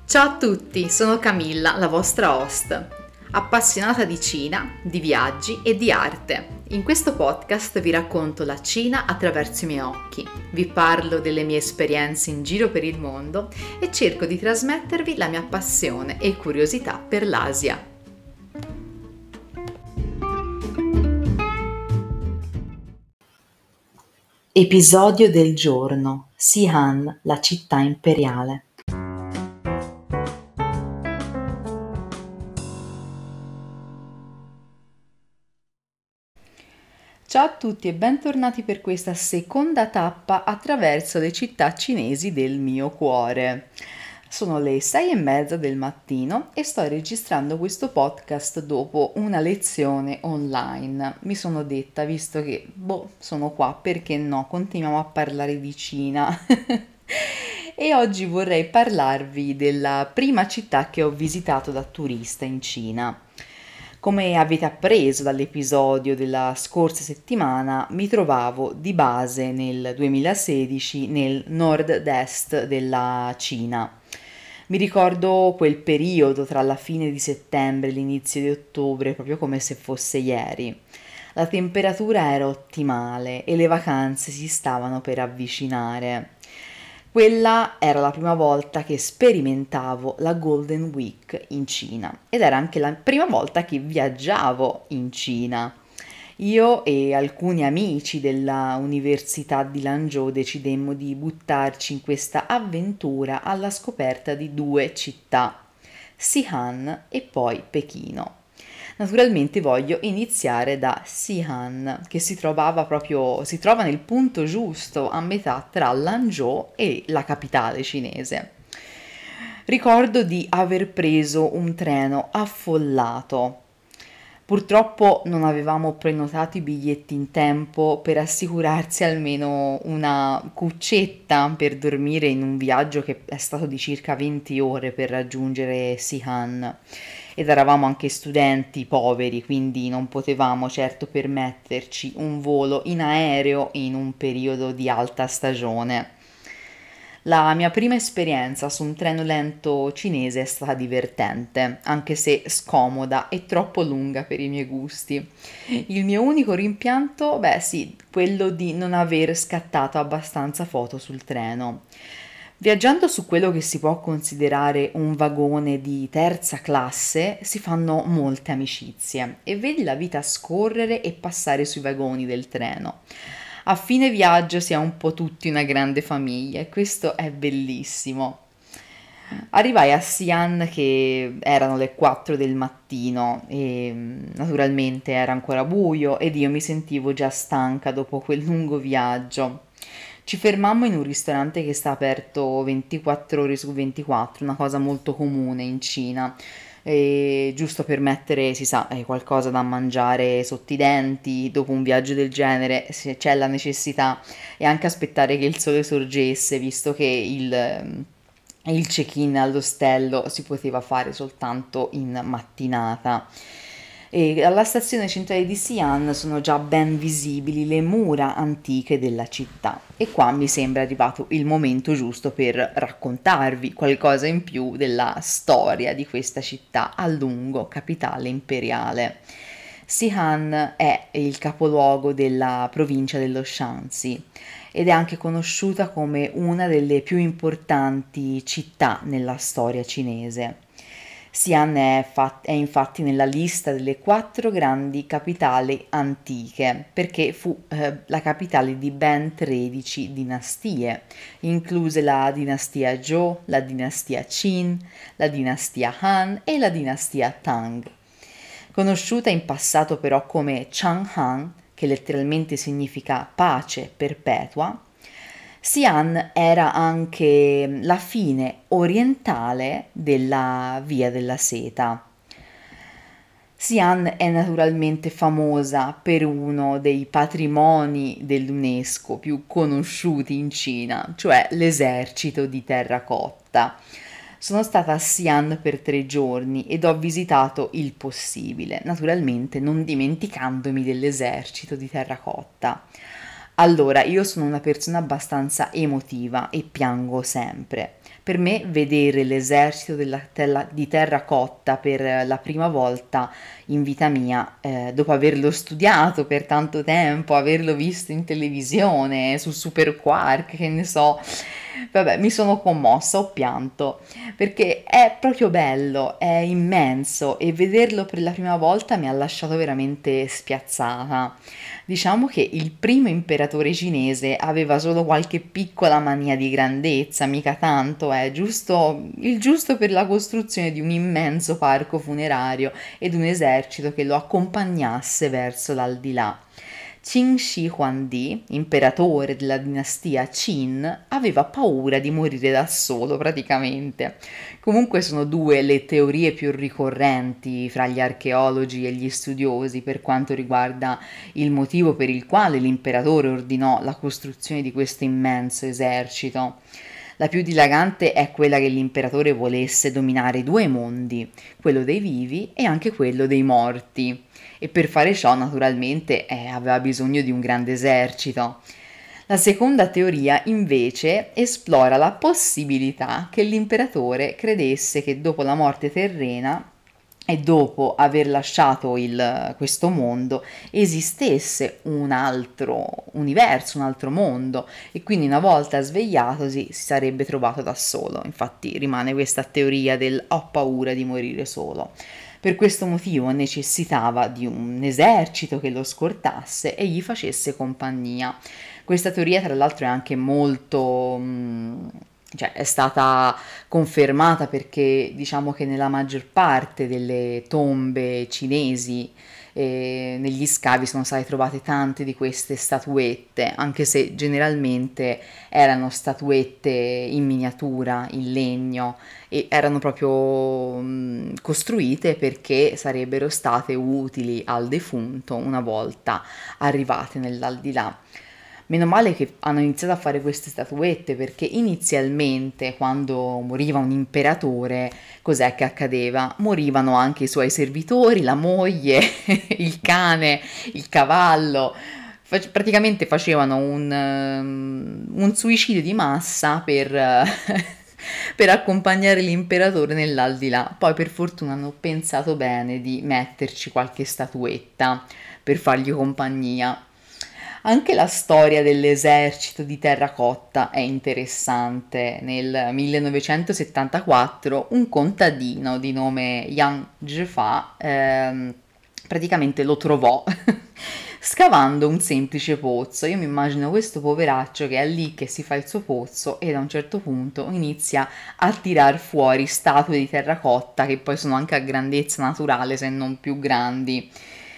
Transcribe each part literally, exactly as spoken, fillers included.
Ciao a tutti, sono Camilla, la vostra host, appassionata di Cina, di viaggi e di arte. In questo podcast vi racconto la Cina attraverso i miei occhi, vi parlo delle mie esperienze in giro per il mondo e cerco di trasmettervi la mia passione e curiosità per l'Asia. Episodio del giorno: Xi'an, la città imperiale. Ciao a tutti e bentornati per questa seconda tappa attraverso le città cinesi del mio cuore. Sono le sei e mezza del mattino e sto registrando questo podcast dopo una lezione online. Mi sono detta, visto che, boh, sono qua, perché no, continuiamo a parlare di Cina. E oggi vorrei parlarvi della prima città che ho visitato da turista in Cina. Come avete appreso dall'episodio della scorsa settimana, mi trovavo di base nel duemilasedici nel nord-est della Cina. Mi ricordo quel periodo tra la fine di settembre e l'inizio di ottobre, proprio come se fosse ieri. La temperatura era ottimale e le vacanze si stavano per avvicinare. Quella era la prima volta che sperimentavo la Golden Week in Cina ed era anche la prima volta che viaggiavo in Cina. Io e alcuni amici della Università di Lanzhou decidemmo di buttarci in questa avventura alla scoperta di due città, Xi'an e poi Pechino. Naturalmente voglio iniziare da Xi'an, che si trovava proprio, si trova nel punto giusto a metà tra Lanzhou e la capitale cinese. Ricordo di aver preso un treno affollato. Purtroppo non avevamo prenotato i biglietti in tempo per assicurarsi almeno una cuccetta per dormire in un viaggio che è stato di circa venti ore per raggiungere Xi'an. Ed eravamo anche studenti poveri, quindi non potevamo certo permetterci un volo in aereo in un periodo di alta stagione. La mia prima esperienza su un treno lento cinese è stata divertente, anche se scomoda e troppo lunga per i miei gusti. Il mio unico rimpianto, beh sì, quello di non aver scattato abbastanza foto sul treno. Viaggiando su quello che si può considerare un vagone di terza classe si fanno molte amicizie e vedi la vita scorrere e passare sui vagoni del treno. A fine viaggio si è un po' tutti una grande famiglia e questo è bellissimo. Arrivai a Xi'an che erano le quattro del mattino e naturalmente era ancora buio ed io mi sentivo già stanca dopo quel lungo viaggio. Ci fermammo in un ristorante che sta aperto ventiquattro ore su ventiquattro, una cosa molto comune in Cina, e giusto per mettere, si sa, eh, qualcosa da mangiare sotto i denti, dopo un viaggio del genere, se c'è la necessità, e anche aspettare che il sole sorgesse, visto che il, il check-in all'ostello si poteva fare soltanto in mattinata. E alla stazione centrale di Xi'an sono già ben visibili le mura antiche della città e qua mi sembra arrivato il momento giusto per raccontarvi qualcosa in più della storia di questa città a lungo capitale imperiale. Xi'an è il capoluogo della provincia dello Shanxi ed è anche conosciuta come una delle più importanti città nella storia cinese. Xi'an è, fat- è infatti nella lista delle quattro grandi capitali antiche, perché fu eh, la capitale di ben tredici dinastie, incluse la dinastia Zhou, la dinastia Qin, la dinastia Han e la dinastia Tang. Conosciuta in passato però come Chang'an, che letteralmente significa pace perpetua, Xi'an era anche la fine orientale della Via della Seta. Xi'an è naturalmente famosa per uno dei patrimoni dell'UNESCO più conosciuti in Cina, cioè l'esercito di terracotta. Sono stata a Xi'an per tre giorni ed ho visitato il possibile, naturalmente non dimenticandomi dell'esercito di terracotta. Allora, io sono una persona abbastanza emotiva e piango sempre. Per me vedere l'esercito della tella- di terracotta per la prima volta in vita mia, eh, dopo averlo studiato per tanto tempo, averlo visto in televisione, su Super Quark, che ne so, vabbè, mi sono commossa, ho pianto, perché è proprio bello, è immenso e vederlo per la prima volta mi ha lasciato veramente spiazzata. Diciamo che il primo imperatore cinese aveva solo qualche piccola mania di grandezza, mica tanto, è giusto il giusto per la costruzione di un immenso parco funerario ed un esercito che lo accompagnasse verso l'aldilà. Qin Shi Huangdi, imperatore della dinastia Qin, aveva paura di morire da solo praticamente. Comunque sono due le teorie più ricorrenti fra gli archeologi e gli studiosi per quanto riguarda il motivo per il quale l'imperatore ordinò la costruzione di questo immenso esercito. La più dilagante è quella che l'imperatore volesse dominare due mondi, quello dei vivi e anche quello dei morti, e per fare ciò naturalmente eh, aveva bisogno di un grande esercito. La seconda teoria invece esplora la possibilità che l'imperatore credesse che dopo la morte terrena e dopo aver lasciato il- questo mondo esistesse un altro universo, un altro mondo e quindi una volta svegliatosi si sarebbe trovato da solo. Infatti rimane questa teoria del ho paura di morire solo. Per questo motivo necessitava di un esercito che lo scortasse e gli facesse compagnia. Questa teoria, tra l'altro, è anche molto, mh, cioè è stata confermata perché diciamo che nella maggior parte delle tombe cinesi eh, negli scavi sono state trovate tante di queste statuette, anche se generalmente erano statuette in miniatura, in legno e erano proprio mh, costruite perché sarebbero state utili al defunto una volta arrivate nell'aldilà. Meno male che hanno iniziato a fare queste statuette perché inizialmente quando moriva un imperatore, cos'è che accadeva? Morivano anche i suoi servitori, la moglie, il cane, il cavallo. Fac- praticamente facevano un, um, un suicidio di massa per, eh, per accompagnare l'imperatore nell'aldilà. Poi per fortuna hanno pensato bene di metterci qualche statuetta per fargli compagnia. Anche la storia dell'esercito di terracotta è interessante. Nel millenovecentosettantaquattro un contadino di nome Yang Zhifa ehm, praticamente lo trovò scavando un semplice pozzo. Io mi immagino questo poveraccio che è lì che si fa il suo pozzo e da un certo punto inizia a tirar fuori statue di terracotta che poi sono anche a grandezza naturale se non più grandi.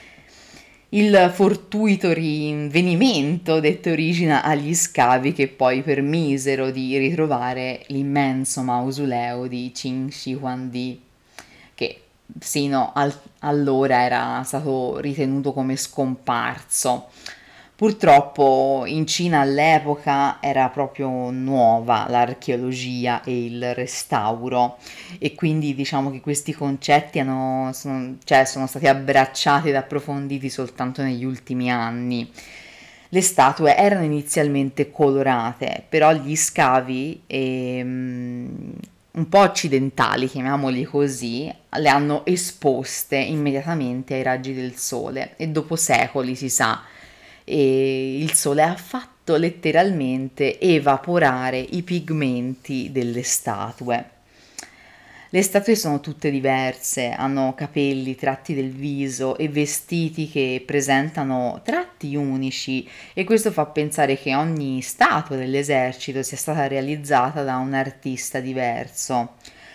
Il fortuito rinvenimento dette origine agli scavi che poi permisero di ritrovare l'immenso mausoleo di Qin Shi Huangdi, che sino al- allora era stato ritenuto come scomparso. Purtroppo in Cina all'epoca era proprio nuova l'archeologia e il restauro e quindi diciamo che questi concetti hanno, sono, cioè, sono stati abbracciati ed approfonditi soltanto negli ultimi anni. Le statue erano inizialmente colorate, però gli scavi, ehm, un po' occidentali, chiamiamoli così, le hanno esposte immediatamente ai raggi del sole e dopo secoli si sa, e il sole ha fatto letteralmente evaporare i pigmenti delle statue. Le statue sono tutte diverse, hanno capelli, tratti del viso e vestiti che presentano tratti unici e questo fa pensare che ogni statua dell'esercito sia stata realizzata da un artista diverso.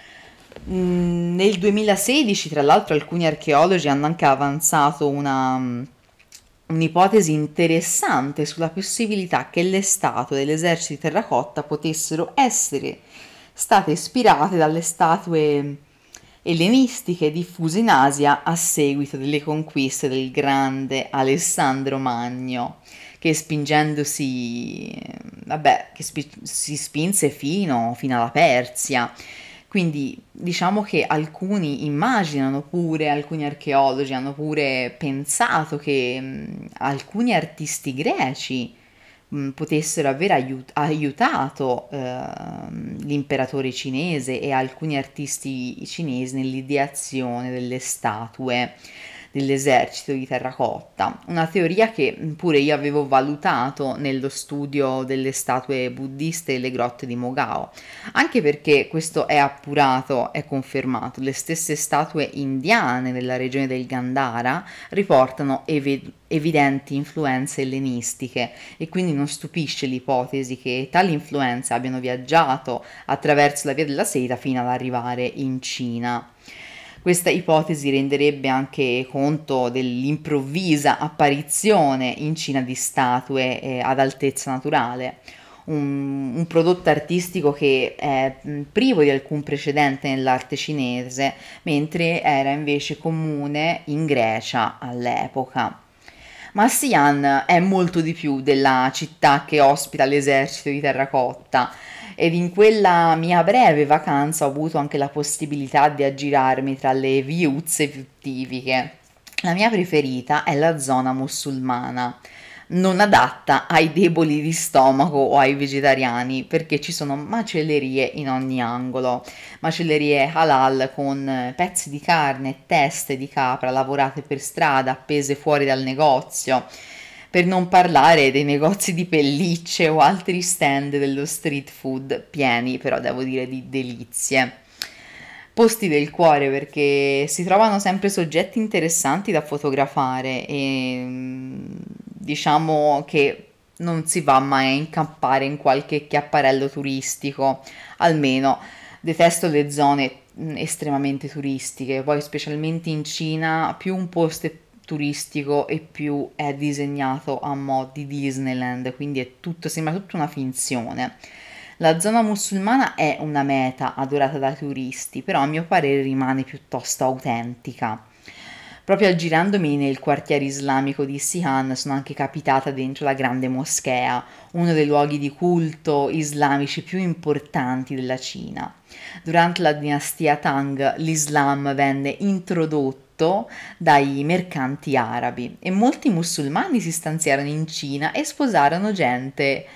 Mm, Nel duemilasedici, tra l'altro, alcuni archeologi hanno anche avanzato una, mm, un'ipotesi interessante sulla possibilità che le statue dell'esercito di terracotta potessero essere state ispirate dalle statue ellenistiche diffuse in Asia a seguito delle conquiste del grande Alessandro Magno, che spingendosi, vabbè, che spi- si spinse fino, fino alla Persia. Quindi diciamo che alcuni immaginano pure, alcuni archeologi hanno pure pensato che mh, alcuni artisti greci mh, potessero aver aiut- aiutato eh, l'imperatore cinese e alcuni artisti cinesi nell'ideazione delle statue dell'esercito di terracotta, una teoria che pure io avevo valutato nello studio delle statue buddiste e le grotte di Mogao, anche perché questo è appurato, è confermato, le stesse statue indiane nella regione del Gandhara riportano ev- evidenti influenze ellenistiche e quindi non stupisce l'ipotesi che tali influenze abbiano viaggiato attraverso la via della seta fino ad arrivare in Cina. Questa ipotesi renderebbe anche conto dell'improvvisa apparizione in Cina di statue eh, ad altezza naturale, un, un prodotto artistico che è mh, privo di alcun precedente nell'arte cinese, mentre era invece comune in Grecia all'epoca. Ma Xi'an è molto di più della città che ospita l'esercito di terracotta ed in quella mia breve vacanza ho avuto anche la possibilità di aggirarmi tra le viuzze più tipiche. La mia preferita è la zona musulmana, non adatta ai deboli di stomaco o ai vegetariani, perché ci sono macellerie in ogni angolo, macellerie halal con pezzi di carne e teste di capra lavorate per strada, appese fuori dal negozio, per non parlare dei negozi di pellicce o altri stand dello street food, pieni però devo dire di delizie. Posti del cuore perché si trovano sempre soggetti interessanti da fotografare e mm, diciamo che non si va mai a incappare in qualche chiapparello turistico, almeno detesto le zone mm, estremamente turistiche, poi specialmente in Cina più un posto è turistico e più è disegnato a mo' di Disneyland, quindi è tutto, sembra tutta una finzione. La zona musulmana è una meta adorata dai turisti, però a mio parere rimane piuttosto autentica. Proprio aggirandomi nel quartiere islamico di Sihan sono anche capitata dentro la grande moschea, uno dei luoghi di culto islamici più importanti della Cina. Durante la dinastia Tang l'Islam venne introdotto dai mercanti arabi e molti musulmani si stanziarono in Cina e sposarono gente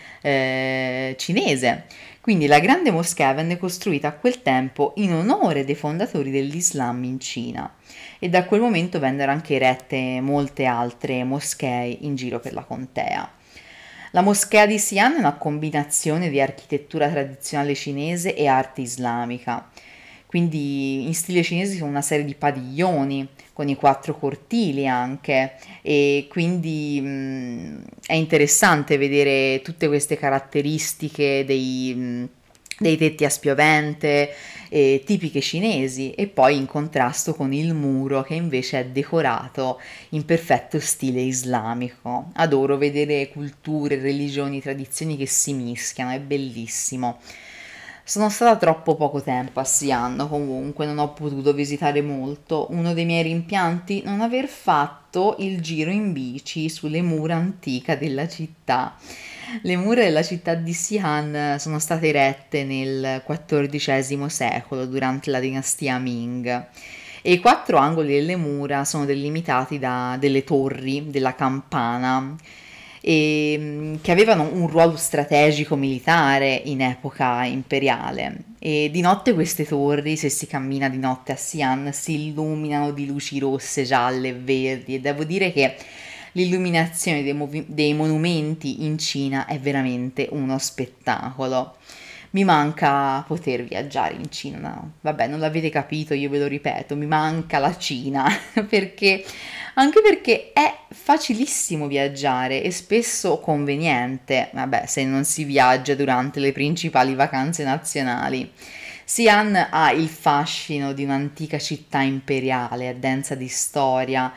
eh, cinese. Quindi la grande moschea venne costruita a quel tempo in onore dei fondatori dell'Islam in Cina e da quel momento vennero anche erette molte altre moschee in giro per la contea. La moschea di Xi'an è una combinazione di architettura tradizionale cinese e arte islamica. Quindi in stile cinese sono una serie di padiglioni con i quattro cortili anche e quindi mh, è interessante vedere tutte queste caratteristiche dei, mh, dei tetti a spiovente eh, tipiche cinesi e poi in contrasto con il muro che invece è decorato in perfetto stile islamico. Adoro vedere culture, religioni, tradizioni che si mischiano, è bellissimo. Sono stata troppo poco tempo a Siano, comunque non ho potuto visitare molto. Uno dei miei rimpianti non aver fatto il giro in bici sulle mura antiche della città. Le mura della città di Xi'an sono state erette nel quattordicesimo secolo durante la dinastia Ming e i quattro angoli delle mura sono delimitati da delle torri della campana e, mm, che avevano un ruolo strategico militare in epoca imperiale. E di notte queste torri, se si cammina di notte a Xi'an, si illuminano di luci rosse, gialle e verdi e devo dire che l'illuminazione dei, movi- dei monumenti in Cina è veramente uno spettacolo. Mi manca poter viaggiare in Cina, no? Vabbè, non l'avete capito, io ve lo ripeto, mi manca la Cina, perché anche perché è facilissimo viaggiare e spesso conveniente, vabbè, se non si viaggia durante le principali vacanze nazionali. Xi'an ha il fascino di un'antica città imperiale, è densa di storia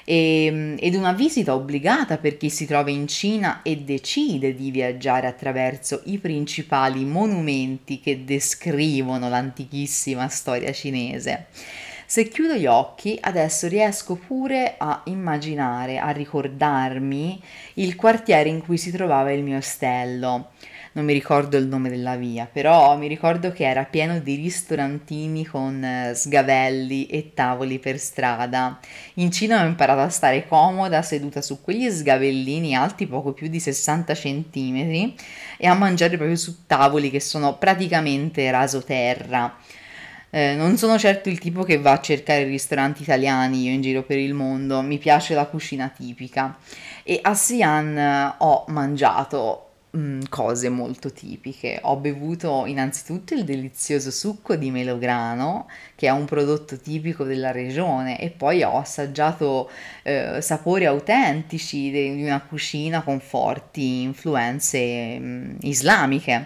e- ed una visita obbligata per chi si trova in Cina e decide di viaggiare attraverso i principali monumenti che descrivono l'antichissima storia cinese. Se chiudo gli occhi, adesso riesco pure a immaginare, a ricordarmi il quartiere in cui si trovava il mio ostello. non mi ricordo il nome della via, però mi ricordo che era pieno di ristorantini con eh, sgavelli e tavoli per strada. In Cina ho imparato a stare comoda seduta su quegli sgavellini alti poco più di sessanta centimetri e a mangiare proprio su tavoli che sono praticamente rasoterra. Eh, non sono certo il tipo che va a cercare ristoranti italiani io in giro per il mondo, mi piace la cucina tipica e a Xi'an eh, ho mangiato mm, cose molto tipiche. Ho bevuto innanzitutto il delizioso succo di melograno, che è un prodotto tipico della regione, e poi ho assaggiato eh, sapori autentici de- di una cucina con forti influenze mm, islamiche.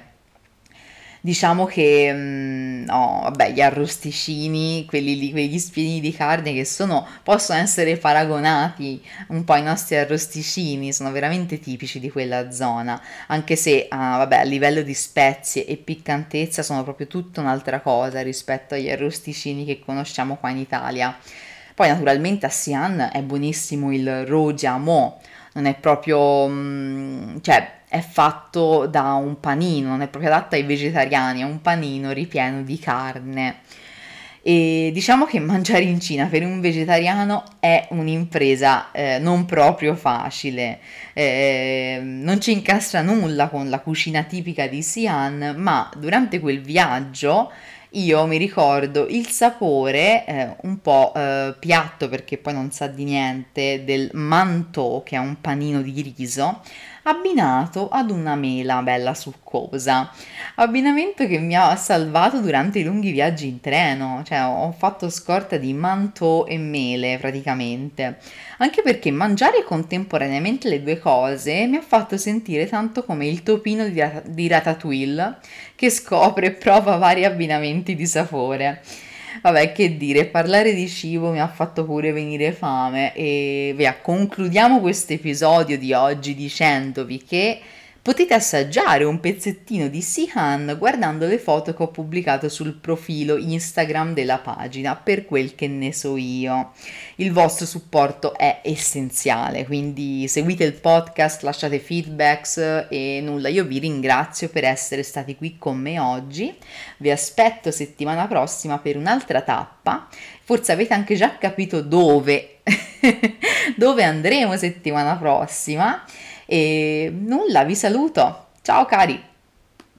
Diciamo che, mhmm, no, vabbè, gli arrosticini, quelli lì, quegli spiedini di carne che sono possono essere paragonati un po' ai nostri arrosticini, sono veramente tipici di quella zona, anche se, ah, vabbè, a livello di spezie e piccantezza sono proprio tutta un'altra cosa rispetto agli arrosticini che conosciamo qua in Italia. Poi naturalmente a Xi'an è buonissimo il Rojamo, non è proprio, mm, cioè è fatto da un panino, non è proprio adatto ai vegetariani, è un panino ripieno di carne. E diciamo che mangiare in Cina per un vegetariano è un'impresa eh, non proprio facile. Eh, non ci incastra nulla con la cucina tipica di Xi'an, ma durante quel viaggio io mi ricordo il sapore eh, un po' eh, piatto, perché poi non sa di niente, del mantou, che è un panino di riso abbinato ad una mela bella succosa. Abbinamento che mi ha salvato durante i lunghi viaggi in treno, cioè ho fatto scorta di mantou e mele praticamente. Anche perché mangiare contemporaneamente le due cose mi ha fatto sentire tanto come il topino di, Rat- di Ratatouille, che scopre e prova vari abbinamenti di sapore. Vabbè, che dire, parlare di cibo mi ha fatto pure venire fame e via, concludiamo questo episodio di oggi dicendovi che potete assaggiare un pezzettino di Sihan guardando le foto che ho pubblicato sul profilo Instagram della pagina, per quel che ne so io. Il vostro supporto è essenziale, quindi seguite il podcast, lasciate feedbacks e nulla, io vi ringrazio per essere stati qui con me oggi. Vi aspetto settimana prossima per un'altra tappa. Forse avete anche già capito dove, dove andremo settimana prossima. E nulla, vi saluto. Ciao cari!